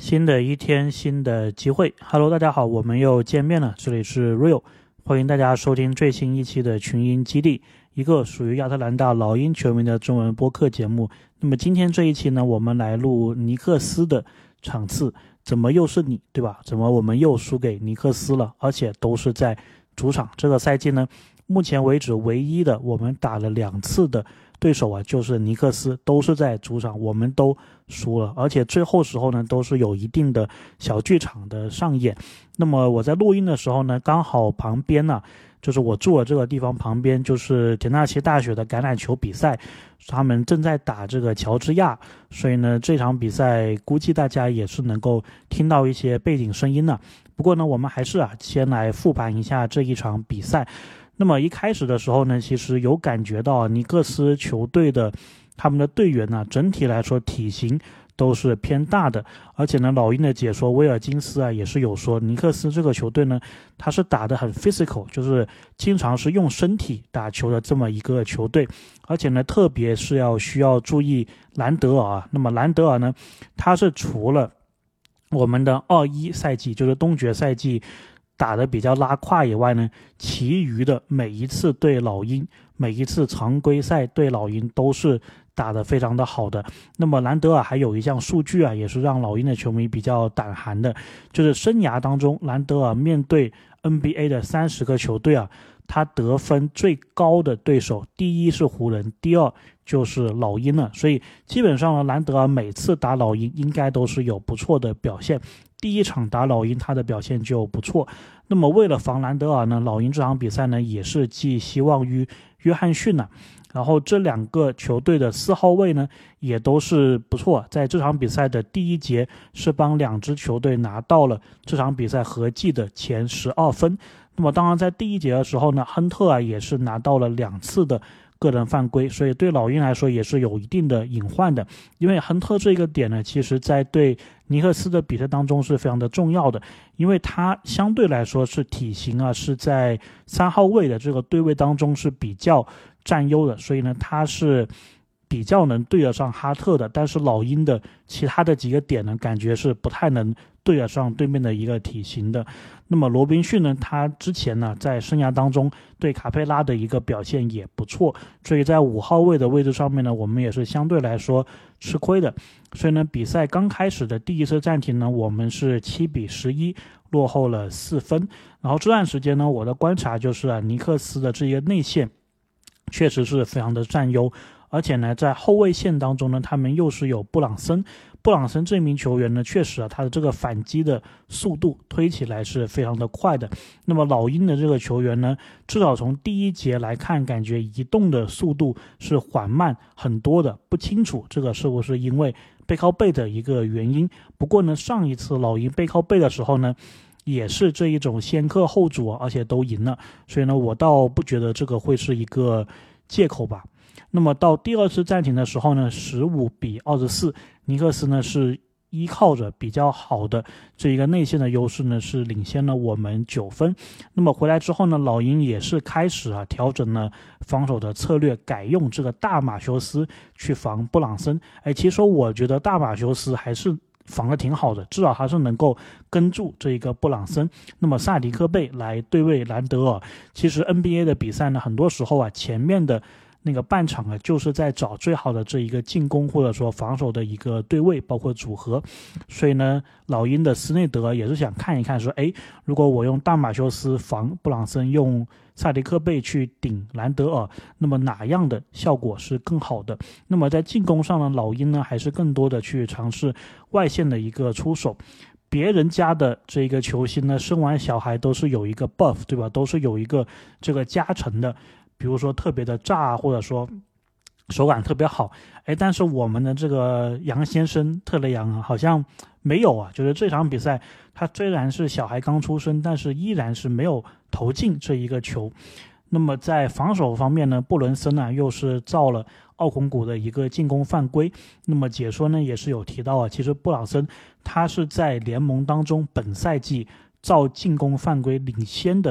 新的一天，新的机会。Hello，大家好，我们又见面了，这里是 Real， 欢迎大家收听最新一期的群英基地，一个属于亚特兰大老鹰球迷的中文播客节目。那么今天这一期呢，我们来录尼克斯的场次，怎么又是你，对吧？怎么我们又输给尼克斯了？而且都是在主场。这个赛季呢，目前为止唯一的我们打了2次的对手啊，就是尼克斯，都是在主场，我们都输了，而且最后时候呢，都是有一定的小剧场的上演。那么我在录音的时候呢，刚好旁边呢，就是我住的这个地方旁边就是田纳西大学的橄榄球比赛，他们正在打这个乔治亚，所以呢，这场比赛估计大家也是能够听到一些背景声音的。不过呢，我们还是先来复盘一下这一场比赛。那么一开始的时候呢，其实有感觉到尼克斯球队的他们的队员呢，整体来说体型都是偏大的，而且呢，老鹰的解说威尔金斯也是有说，尼克斯这个球队呢，他是打得很 physical， 就是经常是用身体打球的这么一个球队，而且呢，特别是需要注意兰德尔。那么兰德尔呢，他是除了我们的21赛季，就是东决赛季打得比较拉胯以外呢，其余的每一次对老鹰，每一次常规赛对老鹰都是打得非常的好的。那么兰德尔还有一项数据也是让老鹰的球迷比较胆寒的，就是生涯当中兰德尔面对 NBA 的30个球队他得分最高的对手，第一是湖人，第二就是老鹰了。所以基本上呢，兰德尔每次打老鹰应该都是有不错的表现。第一场打老鹰他的表现就不错。那么为了防兰德尔呢，老鹰这场比赛呢也是寄希望于约翰逊然后这2个球队的4号位呢也都是不错，在这场比赛的第一节是帮2支球队拿到了这场比赛合计的前12分。那么当然在第一节的时候呢，亨特也是拿到了2次的个人犯规，所以对老鹰来说也是有一定的隐患的。因为亨特这个点呢，其实在对尼克斯的比赛当中是非常的重要的，因为他相对来说是体型是在3号位的这个对位当中是比较占优的，所以呢他是比较能对得上哈特的。但是老鹰的其他的几个点呢，感觉是不太能对得上对面的一个体型的。那么罗宾逊呢，他之前呢在生涯当中对卡佩拉的一个表现也不错，所以在5号位的位置上面呢，我们也是相对来说吃亏的。所以呢，比赛刚开始的第一次暂停呢，我们是7-11落后了4分。然后这段时间呢，我的观察就是尼克斯的这一个内线确实是非常的占优，而且呢，在后卫线当中呢，他们又是有布朗森这名球员呢，确实他的这个反击的速度推起来是非常的快的。那么老鹰的这个球员呢，至少从第一节来看，感觉移动的速度是缓慢很多的，不清楚这个是不是因为背靠背的一个原因。不过呢，上一次老鹰背靠背的时候呢，也是这一种先克后主而且都赢了，所以呢，我倒不觉得这个会是一个借口吧。那么到第2次暂停的时候呢，15-24，尼克斯呢是依靠着比较好的这一个内线的优势呢，是领先了我们9分。那么回来之后呢，老鹰也是开始调整了防守的策略，改用这个大马修斯去防布朗森。其实我觉得大马修斯还是防得挺好的，至少他是能够跟住这一个布朗森。那么萨迪克贝来对位兰德尔，其实 NBA 的比赛呢，很多时候前面的那个半场就是在找最好的这一个进攻或者说防守的一个对位，包括组合。所以呢，老鹰的斯内德也是想看一看说，如果我用大马修斯防布朗森，用萨迪克贝去顶兰德尔，那么哪样的效果是更好的？那么在进攻上呢，老鹰呢还是更多的去尝试外线的一个出手。别人家的这个球星呢，生完小孩都是有一个 buff， 对吧？都是有一个这个加成的，比如说特别的炸，或者说手感特别好。但是我们的这个杨先生特雷杨好像没有就是这场比赛他虽然是小孩刚出生，但是依然是没有投进这一个球。那么在防守方面呢，布伦森又是造了奥孔古的一个进攻犯规。那么解说呢也是有提到其实布朗森他是在联盟当中本赛季造进攻犯规领先的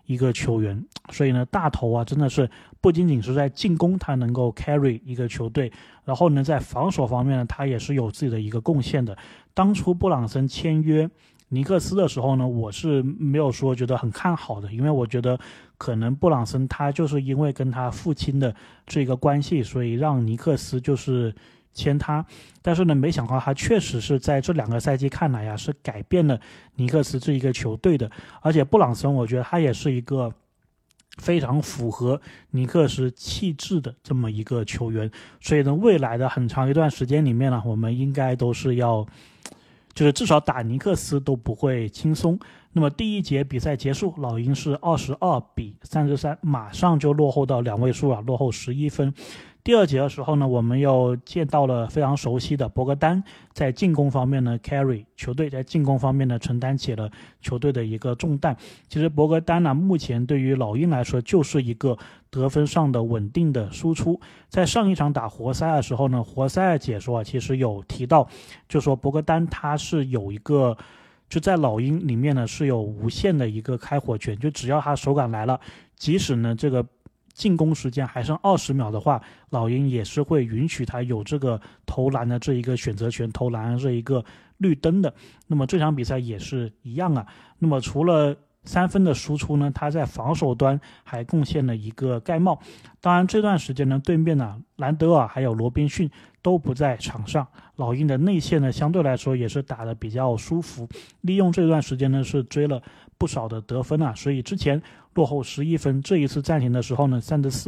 一个球员，所以呢，大头啊真的是不仅仅是在进攻他能够 carry 一个球队，然后呢，在防守方面呢，他也是有自己的一个贡献的。当初布朗森签约尼克斯的时候呢，我是没有说觉得很看好的，因为我觉得可能布朗森他就是因为跟他父亲的这个关系，所以让尼克斯就是签他。但是呢，没想到他确实是在这2个赛季看来是改变了尼克斯这一个球队的。而且布朗森我觉得他也是一个非常符合尼克斯气质的这么一个球员，所以呢，未来的很长一段时间里面呢，我们应该都是要就是至少打尼克斯都不会轻松。那么第一节比赛结束，老鹰是22-33，马上就落后到2位数落后11分。第二节的时候呢，我们又见到了非常熟悉的博格丹，在进攻方面呢 carry 球队，在进攻方面呢承担起了球队的一个重担。其实博格丹呢，目前对于老鹰来说就是一个得分上的稳定的输出。在上一场打活塞的时候呢，活塞的解说其实有提到，就说博格丹他是有一个就在老鹰里面呢是有无限的一个开火权，就只要他手感来了，即使呢这个进攻时间还剩20秒的话，老鹰也是会允许他有这个投篮的这一个选择权，投篮的这一个绿灯的。那么这场比赛也是一样啊。那么除了3分的输出呢，他在防守端还贡献了一个盖帽。当然这段时间呢，对面呢兰德尔还有罗宾逊都不在场上，老鹰的内线呢相对来说也是打得比较舒服，利用这段时间呢是追了不少的得分啊，所以之前落后11分，这一次暂停的时候呢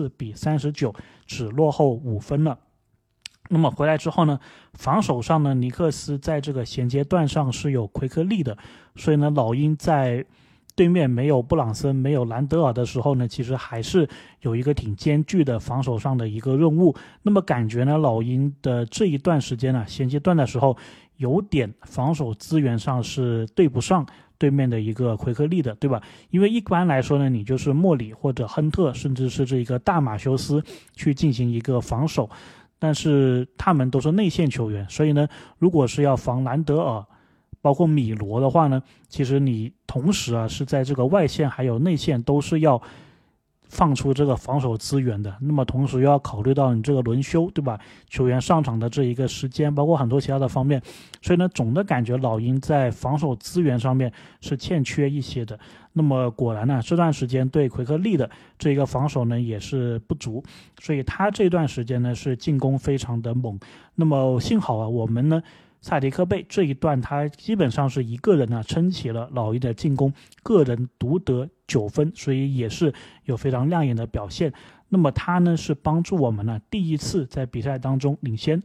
34-39，只落后5分了。那么回来之后呢，防守上呢，尼克斯在这个衔接段上是有奎克利的，所以呢，老鹰在对面没有布朗森没有兰德尔的时候呢，其实还是有一个挺艰巨的防守上的一个任务。那么感觉呢，老鹰的这一段时间衔接段的时候有点防守资源上是对不上对面的一个奎克利的，对吧？因为一般来说呢，你就是莫里或者亨特，甚至是这个大马修斯去进行一个防守，但是他们都是内线球员，所以呢，如果是要防兰德尔包括米罗的话呢，其实你同时是在这个外线还有内线都是要放出这个防守资源的，那么同时又要考虑到你这个轮休，对吧？球员上场的这一个时间，包括很多其他的方面，所以呢，总的感觉老鹰在防守资源上面是欠缺一些的。那么果然呢，这段时间对奎克利的这个防守呢也是不足，所以他这段时间呢是进攻非常的猛。那么幸好我们呢萨迪克贝这一段他基本上是一个人撑起了老鹰的进攻，个人独得9分，所以也是有非常亮眼的表现。那么他呢是帮助我们第一次在比赛当中领先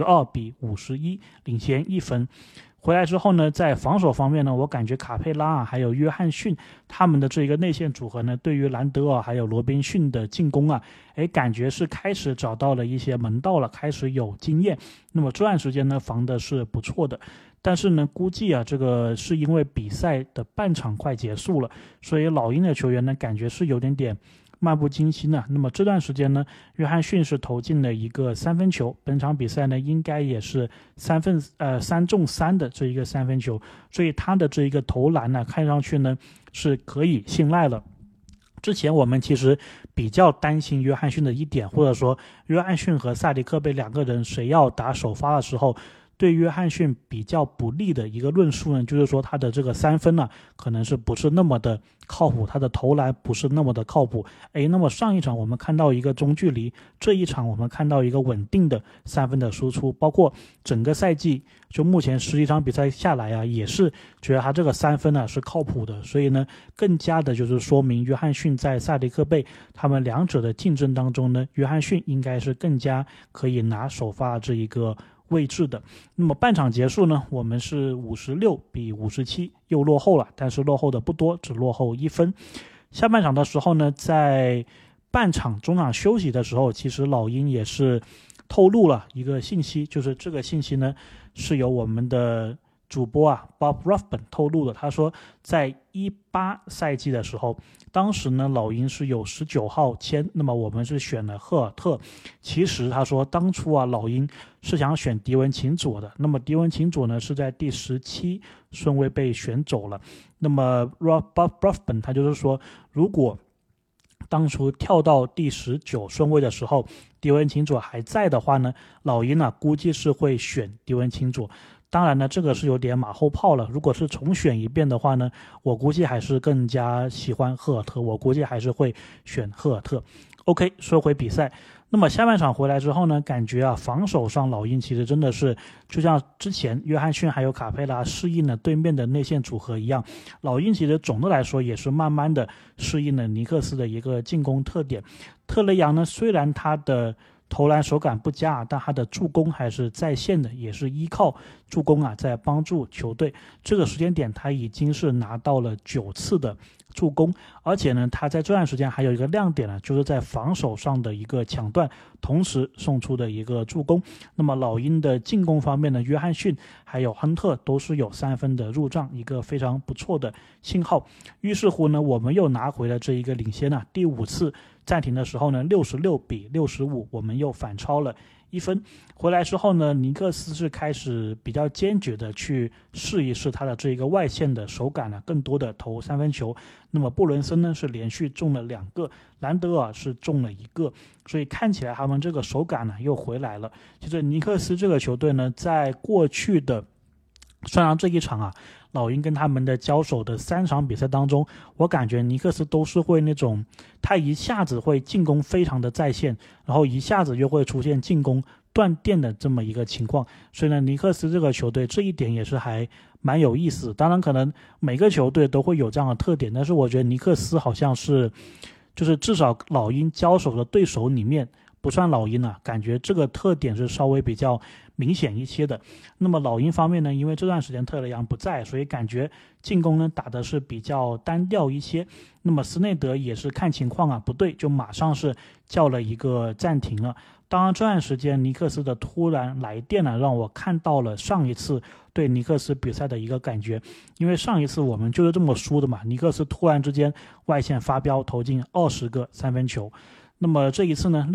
52-51，领先1分。回来之后呢，在防守方面呢，我感觉卡佩拉还有约翰逊他们的这个内线组合呢，对于兰德尔还有罗宾逊的进攻感觉是开始找到了一些门道了，开始有经验。那么这段时间呢，防的是不错的。但是呢，估计这个是因为比赛的半场快结束了，所以老鹰的球员呢，感觉是有点漫不经心那么这段时间呢，约翰逊是投进了一个3分球，本场比赛呢应该也是3中3的这一个3分球，所以他的这一个投篮看上去呢是可以信赖了。之前我们其实比较担心约翰逊的一点，或者说约翰逊和萨迪克贝2个人谁要打首发的时候，对约翰逊比较不利的一个论述呢，就是说他的这个3分可能是不是那么的靠谱，他的投篮不是那么的靠谱。那么上一场我们看到一个中距离，这一场我们看到一个稳定的3分的输出，包括整个赛季就目前11场比赛下来也是觉得他这个3分是靠谱的，所以呢，更加的就是说明约翰逊在萨迪克贝他们2者的竞争当中呢，约翰逊应该是更加可以拿首发这一个位置的。那么半场结束呢，我们是56-57又落后了，但是落后的不多，只落后1分。下半场的时候呢，在半场中场休息的时候，其实老鹰也是透露了一个信息，就是这个信息呢是由我们的主播Bob Ruffman 透露的，他说在18赛季的时候，当时呢老鹰是有19号签，那么我们是选了赫尔特。其实他说当初老鹰是想选迪文琴佐的，那么迪文琴佐呢是在第17顺位被选走了。那么 Bob Ruffman 他就是说，如果当初跳到第19顺位的时候，迪文琴佐还在的话呢，老鹰估计是会选迪文琴佐。当然呢，这个是有点马后炮了。如果是重选一遍的话呢，我估计还是更加喜欢赫尔特，我估计还是会选赫尔特。OK， 说回比赛，那么下半场回来之后呢，感觉防守上老鹰其实真的是就像之前约翰逊还有卡佩拉适应了对面的内线组合一样，老鹰其实总的来说也是慢慢的适应了尼克斯的一个进攻特点。特雷杨呢，虽然他的投篮手感不佳，但他的助攻还是在线的，也是依靠助攻在帮助球队。这个时间点他已经是拿到了9次的助攻，而且呢他在这段时间还有一个亮点就是在防守上的一个抢断，同时送出的一个助攻。那么老鹰的进攻方面呢，约翰逊还有亨特都是有3分的入账，一个非常不错的信号。于是乎呢，我们又拿回了这一个领先第5次暂停的时候呢，66-65，我们又反超了1分。回来之后呢，尼克斯是开始比较坚决的去试一试他的这一个外线的手感更多的投3分球。那么布伦森呢是连续中了2个，兰德尔是中了1个，所以看起来他们这个手感又回来了。其实尼克斯这个球队呢，在过去的算上这一场老鹰跟他们的交手的3场比赛当中，我感觉尼克斯都是会那种他一下子会进攻非常的在线，然后一下子又会出现进攻断电的这么一个情况。所以呢，尼克斯这个球队这一点也是还蛮有意思。当然可能每个球队都会有这样的特点，但是我觉得尼克斯好像是就是至少老鹰交手的对手里面，不算老鹰感觉这个特点是稍微比较明显一些的。那么老鹰方面呢，因为这段时间特雷杨不在，所以感觉进攻呢打的是比较单调一些。那么斯内德也是看情况不对，就马上是叫了一个暂停了。当然这段时间尼克斯的突然来电让我看到了上一次对尼克斯比赛的一个感觉。因为上一次我们就是这么输的嘛，尼克斯突然之间外线发飙投进20个3分球。那么这一次呢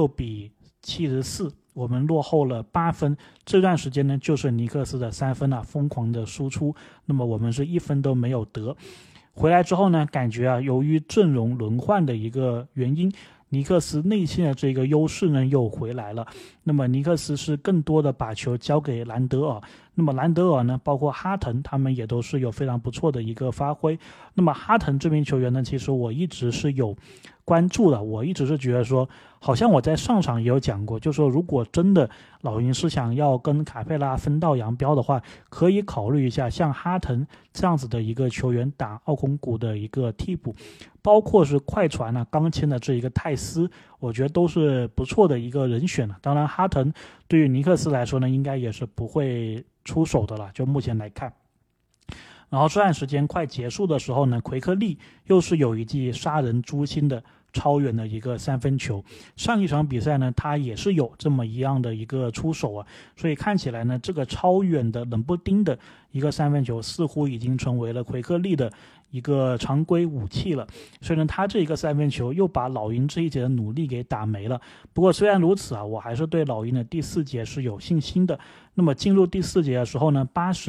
，66-74，我们落后了8分。这段时间呢，就是尼克斯的3分疯狂的输出，那么我们是1分都没有得。回来之后呢，感觉由于阵容轮换的一个原因，尼克斯内线的这个优势呢又回来了。那么尼克斯是更多的把球交给兰德尔，那么兰德尔呢，包括哈腾，他们也都是有非常不错的一个发挥。那么哈腾这名球员呢，其实我一直是有关注的，我一直是觉得说，好像我在上场也有讲过，就说如果真的老鹰是想要跟卡佩拉分道扬镳的话，可以考虑一下像哈腾这样子的一个球员打奥孔古的一个替补，包括是快船刚签的这一个泰斯，我觉得都是不错的一个人选了。当然哈腾对于尼克斯来说呢，应该也是不会出手的了，就目前来看。然后这段时间快结束的时候呢，奎克利又是有一记杀人诛心的超远的一个3分球。上一场比赛呢，他也是有这么一样的一个出手所以看起来呢，这个超远的冷不丁的一个3分球似乎已经成为了奎克利的一个常规武器了。所以呢，他这一个3分球又把老鹰这一节的努力给打没了。不过虽然如此我还是对老鹰的第4节是有信心的。那么进入第4节的时候呢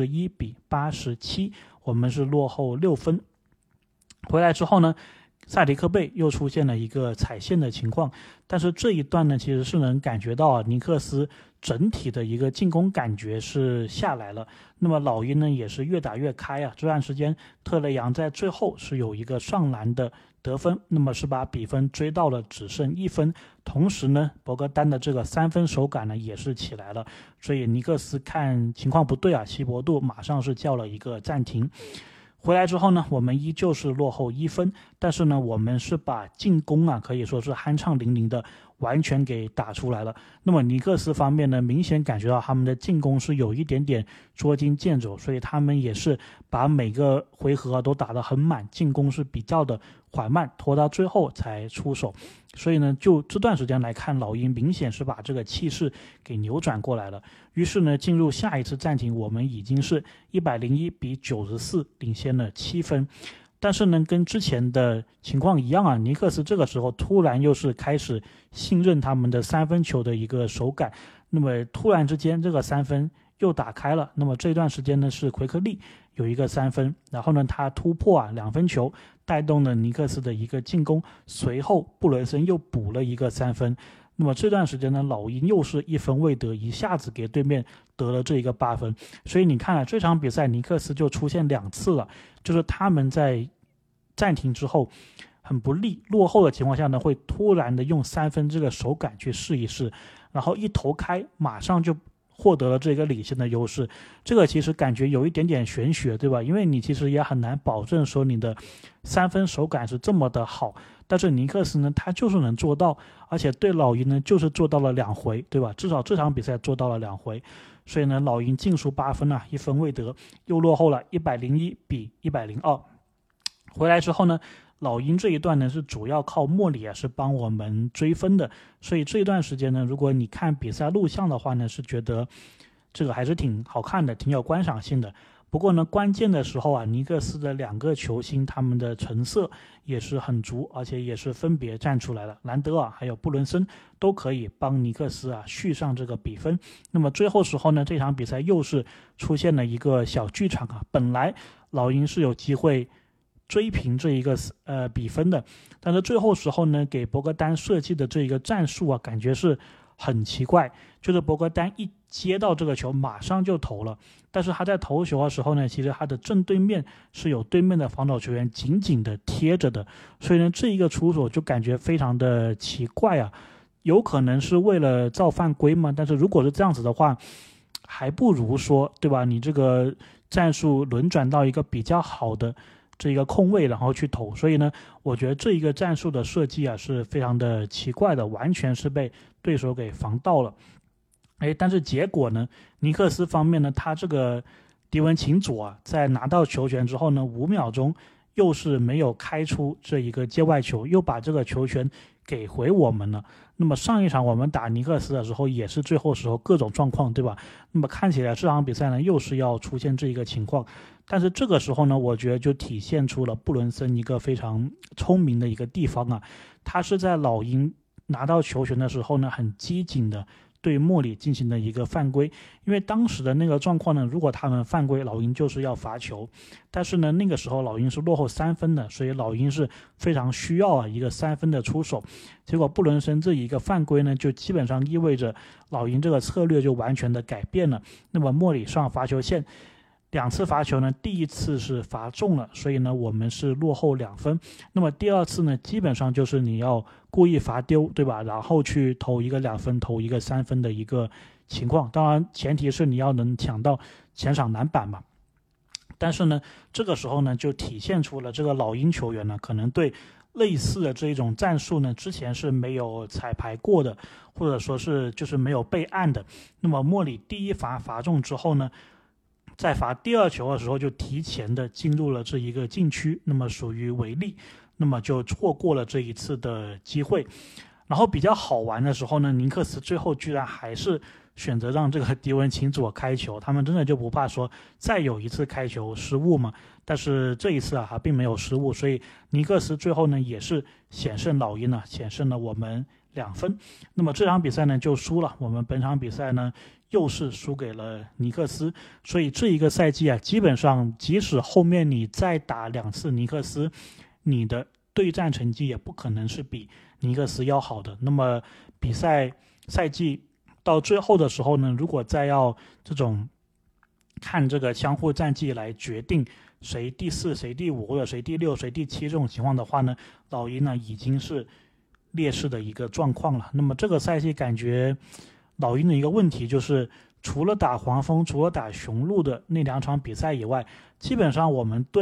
，81-87，我们是落后6分。回来之后呢，萨迪克贝又出现了一个踩线的情况，但是这一段呢，其实是能感觉到尼克斯整体的一个进攻感觉是下来了。那么老鹰呢也是越打越开这段时间特雷杨在最后是有一个上篮的得分，那么是把比分追到了只剩1分。同时呢，博格丹的这个3分手感呢也是起来了，所以尼克斯看情况不对希伯杜马上是叫了一个暂停。回来之后呢，我们依旧是落后1分， 但是呢，我们是把进攻啊可以说是酣畅淋漓的完全给打出来了。那么尼克斯方面呢，明显感觉到他们的进攻是有一点点捉襟见肘，所以他们也是把每个回合都打得很满，进攻是比较的缓慢，拖到最后才出手。所以呢，就这段时间来看，老鹰明显是把这个气势给扭转过来了。于是呢，进入下一次暂停，我们已经是101-94领先了7分。但是呢，跟之前的情况一样啊，尼克斯这个时候突然又是开始信任他们的三分球的一个手感，那么突然之间这个三分又打开了。那么这段时间呢，是奎克利有一个三分，然后呢他突破2分球，带动了尼克斯的一个进攻，随后布伦森又补了一个三分。那么这段时间呢，老鹰又是1分未得，一下子给对面得了这一个8分。所以你看啊，这场比赛尼克斯就出现2次了，就是他们在暂停之后很不利落后的情况下呢，会突然的用三分这个手感去试一试，然后一投开马上就获得了这个领先的优势。这个其实感觉有一点点玄学，对吧？因为你其实也很难保证说你的三分手感是这么的好，但是尼克斯呢他就是能做到，而且对老鹰呢就是做到了2回，对吧？至少这场比赛做到了2回。所以呢，老鹰净输8分啊，1分未得，又落后了101-102。回来之后呢，老鹰这一段呢是主要靠莫里是帮我们追分的，所以这一段时间呢，如果你看比赛录像的话呢，是觉得这个还是挺好看的，挺有观赏性的。不过呢，关键的时候啊，尼克斯的2个球星他们的成色也是很足，而且也是分别站出来了，兰德尔还有布伦森都可以帮尼克斯啊续上这个比分。那么最后时候呢，这场比赛又是出现了一个小剧场啊，本来老鹰是有机会追平这一个比分的，但是最后时候呢，给博格丹设计的这一个战术啊，感觉是很奇怪，就是博格丹一接到这个球马上就投了，但是他在投球的时候呢，其实他的正对面是有对面的防守球员紧紧的贴着的，所以呢，这一个出手就感觉非常的奇怪啊，有可能是为了造犯规吗？但是如果是这样子的话，还不如说，对吧？你这个战术轮转到一个比较好的这一个空位然后去投，所以呢，我觉得这一个战术的设计啊是非常的奇怪的，完全是被对手给防到了。但是结果呢，尼克斯方面呢，他这个迪文琴佐啊，在拿到球权之后呢，5秒钟又是没有开出这一个界外球，又把这个球权给回我们了。那么上一场我们打尼克斯的时候也是最后时候各种状况，对吧？那么看起来这场比赛呢又是要出现这一个情况，但是这个时候呢，我觉得就体现出了布伦森一个非常聪明的一个地方啊，他是在老鹰拿到球权的时候呢，很机警的对莫里进行了一个犯规。因为当时的那个状况呢，如果他们犯规，老鹰就是要罚球，但是呢那个时候老鹰是落后3分的，所以老鹰是非常需要一个3分的出手。结果布伦森这一个犯规呢，就基本上意味着老鹰这个策略就完全的改变了。那么莫里上罚球线2次罚球呢，第一次是罚中了，所以呢我们是落后2分。那么第二次呢，基本上就是你要故意罚丢，对吧？然后去投一个2分，投一个3分的一个情况。当然前提是你要能抢到前场篮板嘛。但是呢，这个时候呢，就体现出了这个老鹰球员呢，可能对类似的这一种战术呢，之前是没有彩排过的，或者说是就是没有备案的。那么莫里第一罚中之后呢，在罚第二球的时候就提前的进入了这一个禁区，那么属于违例，那么就错过了这一次的机会。然后比较好玩的时候呢，尼克斯最后居然还是选择让这个迪文琴佐开球，他们真的就不怕说再有一次开球失误嘛？但是这一次啊，并没有失误，所以尼克斯最后呢也是险胜老鹰了，险胜了我们2分。那么这场比赛呢就输了，我们本场比赛呢又是输给了尼克斯，所以这一个赛季啊，基本上即使后面你再打2次尼克斯，你的对战成绩也不可能是比尼克斯要好的。那么比赛赛季到最后的时候呢，如果再要这种看这个相互战绩来决定谁第4谁第5或者谁第6谁第7这种情况的话呢，老鹰呢已经是劣势的一个状况了。那么这个赛季感觉老鹰的一个问题就是，除了打黄蜂除了打雄鹿的那2场比赛以外，基本上我们对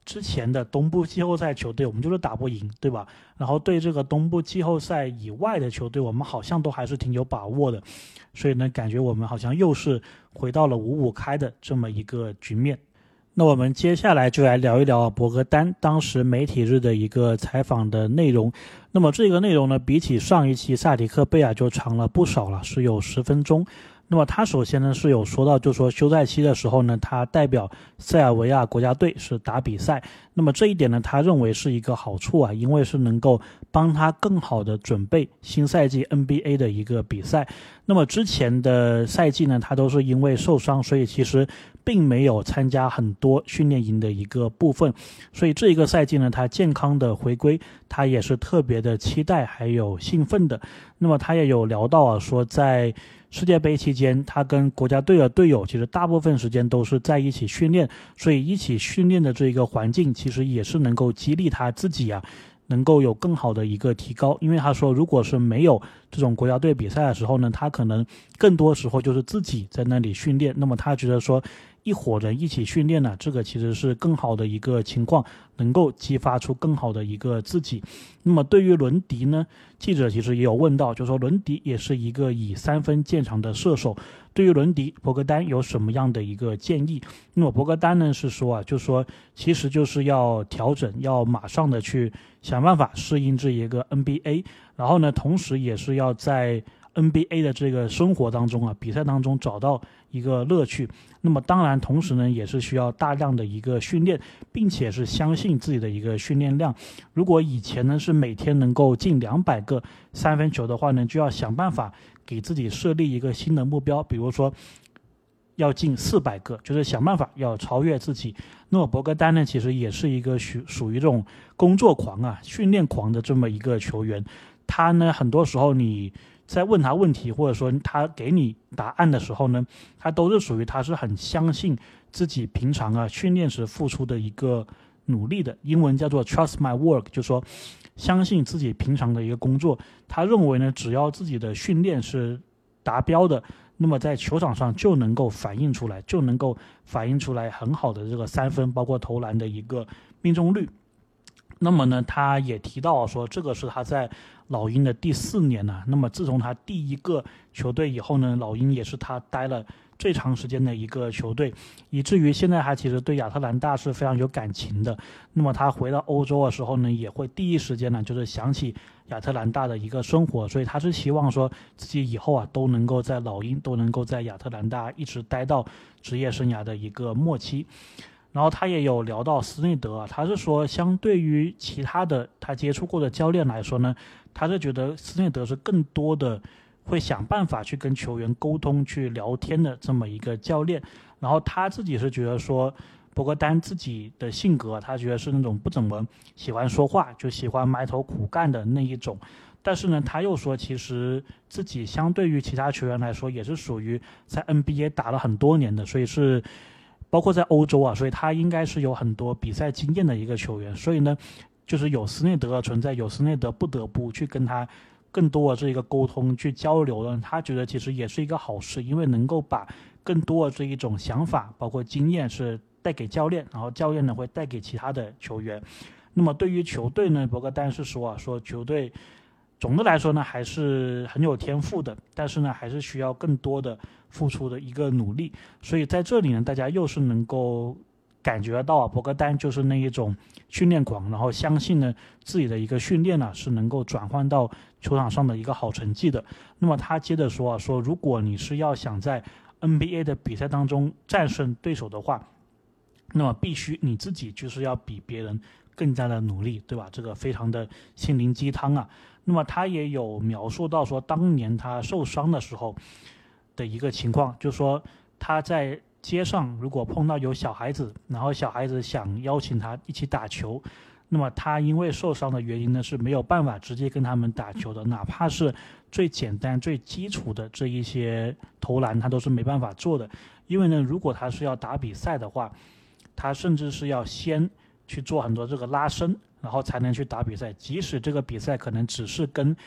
之前的东部季后赛球队我们就是打不赢，对吧？然后对这个东部季后赛以外的球队我们好像都还是挺有把握的，所以呢感觉我们好像又是回到了5-5开的这么一个局面。那我们接下来就来聊一聊博格丹当时媒体日的一个采访的内容。那么这个内容呢，比起上一期萨迪克贝尔就长了不少了，是有10分钟。那么他首先呢是有说到，就说休赛期的时候呢，他代表塞尔维亚国家队是打比赛。那么这一点呢，他认为是一个好处啊，因为是能够帮他更好的准备新赛季 NBA 的一个比赛。那么之前的赛季呢，他都是因为受伤，所以其实并没有参加很多训练营的一个部分。所以这一个赛季呢，他健康的回归，他也是特别的期待还有兴奋的。那么他也有聊到啊，说在世界杯期间，他跟国家队的队友其实大部分时间都是在一起训练，所以一起训练的这一个环境其实也是能够激励他自己啊，能够有更好的一个提高。因为他说如果是没有这种国家队比赛的时候呢，他可能更多时候就是自己在那里训练，那么他觉得说一伙人一起训练呢，这个其实是更好的一个情况，能够激发出更好的一个自己。那么对于伦迪呢，记者其实也有问到，就说伦迪也是一个以3分见长的射手，对于伦迪，博格丹有什么样的一个建议？那么博格丹呢是说啊，就说其实就是要调整，要马上的去想办法适应这一个 NBA， 然后呢同时也是要在NBA 的这个生活当中啊，比赛当中找到一个乐趣。那么当然同时呢也是需要大量的一个训练，并且是相信自己的一个训练量。如果以前呢是每天能够进200个3分球的话呢，就要想办法给自己设立一个新的目标，比如说要进400个，就是想办法要超越自己。那么博格丹呢其实也是一个属于这种工作狂啊、训练狂的这么一个球员。他呢很多时候你在问他问题，或者说他给你答案的时候呢，他都是属于他是很相信自己平常啊训练时付出的一个努力的，英文叫做 trust my work， 就说相信自己平常的一个工作。他认为呢，只要自己的训练是达标的，那么在球场上就能够反映出来，很好的这个3分包括投篮的一个命中率。那么呢他也提到说，这个是他在老鹰的第4年了。那么自从他第一个球队以后呢，老鹰也是他待了最长时间的一个球队，以至于现在他其实对亚特兰大是非常有感情的。那么他回到欧洲的时候呢，也会第一时间呢就是想起亚特兰大的一个生活，所以他是希望说自己以后啊都能够在老鹰，都能够在亚特兰大一直待到职业生涯的一个末期。然后他也有聊到斯内德啊，他是说相对于其他的他接触过的教练来说呢，他是觉得斯内德是更多的会想办法去跟球员沟通、去聊天的这么一个教练。然后他自己是觉得说，博格丹自己的性格，他觉得是那种不怎么喜欢说话，就喜欢埋头苦干的那一种。但是呢，他又说，其实自己相对于其他球员来说，也是属于在 NBA 打了很多年的，所以是包括在欧洲啊，所以他应该是有很多比赛经验的一个球员。所以呢，就是有斯内德的存在，有斯内德不得不去跟他更多的这一个沟通、去交流呢，他觉得其实也是一个好事，因为能够把更多的这一种想法，包括经验是带给教练，然后教练呢会带给其他的球员。那么对于球队呢，博格丹是说球队总的来说呢还是很有天赋的，但是呢还是需要更多的付出的一个努力。所以在这里呢，大家又是能够感觉到博格丹就是那一种训练狂，然后相信呢自己的一个训练呢是能够转换到球场上的一个好成绩的。那么他接着说如果你是要想在 NBA 的比赛当中战胜对手的话，那么必须你自己就是要比别人更加的努力，对吧？这个非常的心灵鸡汤啊。那么他也有描述到说，当年他受伤的时候的一个情况，就是说他在街上如果碰到有小孩子，然后小孩子想邀请他一起打球，那么他因为受伤的原因呢是没有办法直接跟他们打球的，哪怕是最简单最基础的这一些投篮他都是没办法做的。因为呢如果他是要打比赛的话，他甚至是要先去做很多这个拉伸，然后才能去打比赛，即使这个比赛可能只是跟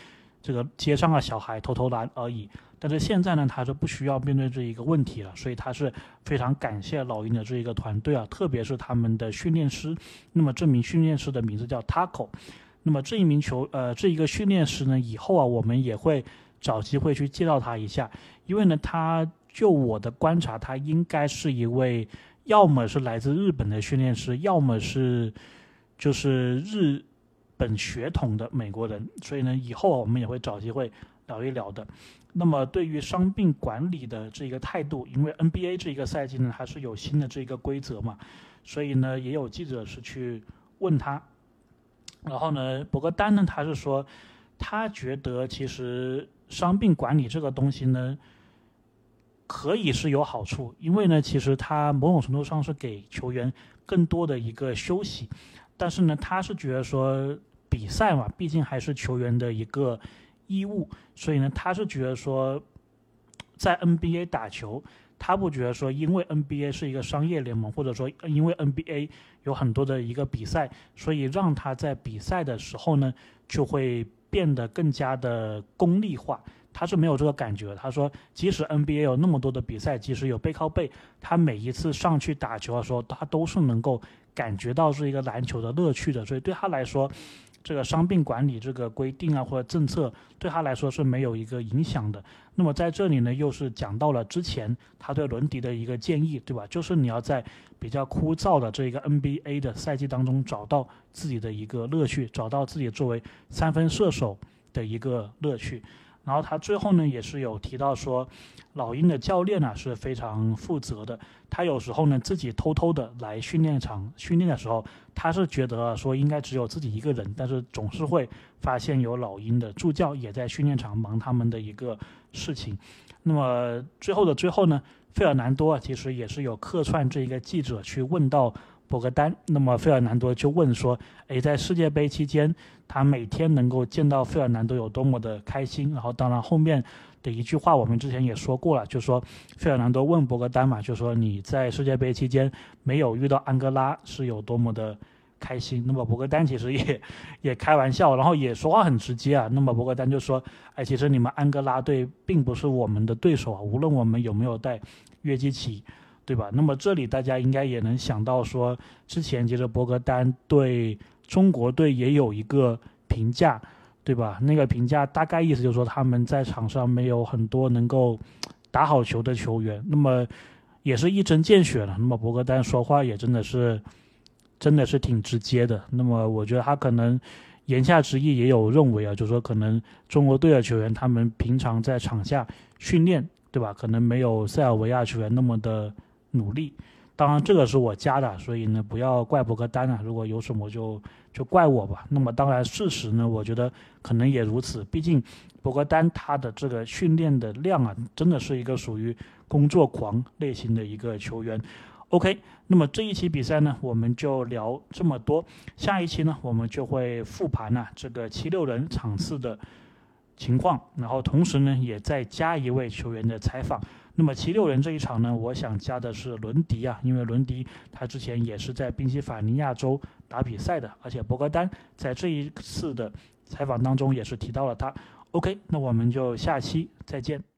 这个街上的小孩投投篮而已。但是现在呢，他是不需要面对这一个问题了，所以他是非常感谢老鹰的这一个团队啊，特别是他们的训练师。那么这名训练师的名字叫 Taco。那么这一个训练师呢，以后啊，我们也会找机会去介绍他一下，因为呢，他就我的观察，他应该是一位要么是来自日本的训练师，要么是就是日本血统的美国人，所以呢，以后我们也会找机会聊一聊的。那么对于伤病管理的这个态度，因为 NBA 这一个赛季呢，它是有新的这个规则嘛，所以呢，也有记者是去问他，然后呢，博格丹呢，他是说，他觉得其实伤病管理这个东西呢，可以是有好处，因为呢，其实他某种程度上是给球员更多的一个休息，但是呢，他是觉得说比赛嘛，毕竟还是球员的一个义务，所以呢，他是觉得说，在 NBA 打球，他不觉得说，因为 NBA 是一个商业联盟，或者说因为 NBA 有很多的一个比赛，所以让他在比赛的时候呢，就会变得更加的功利化。他是没有这个感觉的。他说，即使 NBA 有那么多的比赛，即使有背靠背，他每一次上去打球的时候，他都是能够感觉到是一个篮球的乐趣的。所以对他来说，这个伤病管理这个规定啊或者政策对他来说是没有一个影响的。那么在这里呢，又是讲到了之前他对伦迪的一个建议，对吧？就是你要在比较枯燥的这个 NBA 的赛季当中找到自己的一个乐趣，找到自己作为三分射手的一个乐趣。然后他最后呢也是有提到说，老鹰的教练呢是非常负责的，他有时候呢自己偷偷的来训练场训练的时候，他是觉得说应该只有自己一个人，但是总是会发现有老鹰的助教也在训练场忙他们的一个事情。那么最后呢，费尔南多其实也是有客串这一个记者去问到博格丹，那么费尔南多就问说，在世界杯期间，他每天能够见到费尔南多有多么的开心。然后当然后面的一句话我们之前也说过了，就说费尔南多问博格丹嘛，就说你在世界杯期间没有遇到安哥拉是有多么的开心。那么博格丹其实也开玩笑，然后也说话很直接啊。那么博格丹就说，其实你们安哥拉队并不是我们的对手啊，无论我们有没有带约基奇，对吧？那么这里大家应该也能想到说，之前其实博格丹对中国队也有一个评价，对吧？那个评价大概意思就是说他们在场上没有很多能够打好球的球员，那么也是一针见血了。那么博格丹说话也真的是挺直接的。那么我觉得他可能言下之意也有认为啊，就是说可能中国队的球员他们平常在场下训练，对吧？可能没有塞尔维亚球员那么的努力。当然这个是我加的，所以呢不要怪博格丹啊，如果有什么就怪我吧。那么当然事实呢，我觉得可能也如此，毕竟博格丹他的这个训练的量啊，真的是一个属于工作狂类型的一个球员。OK， 那么这一期比赛呢，我们就聊这么多。下一期呢，我们就会复盘这个76人场次的情况，然后同时呢，也再加一位球员的采访。那么76人这一场呢，我想加的是伦迪啊，因为伦迪他之前也是在宾夕法尼亚州打比赛的，而且博格丹在这一次的采访当中也是提到了他。OK， 那我们就下期再见。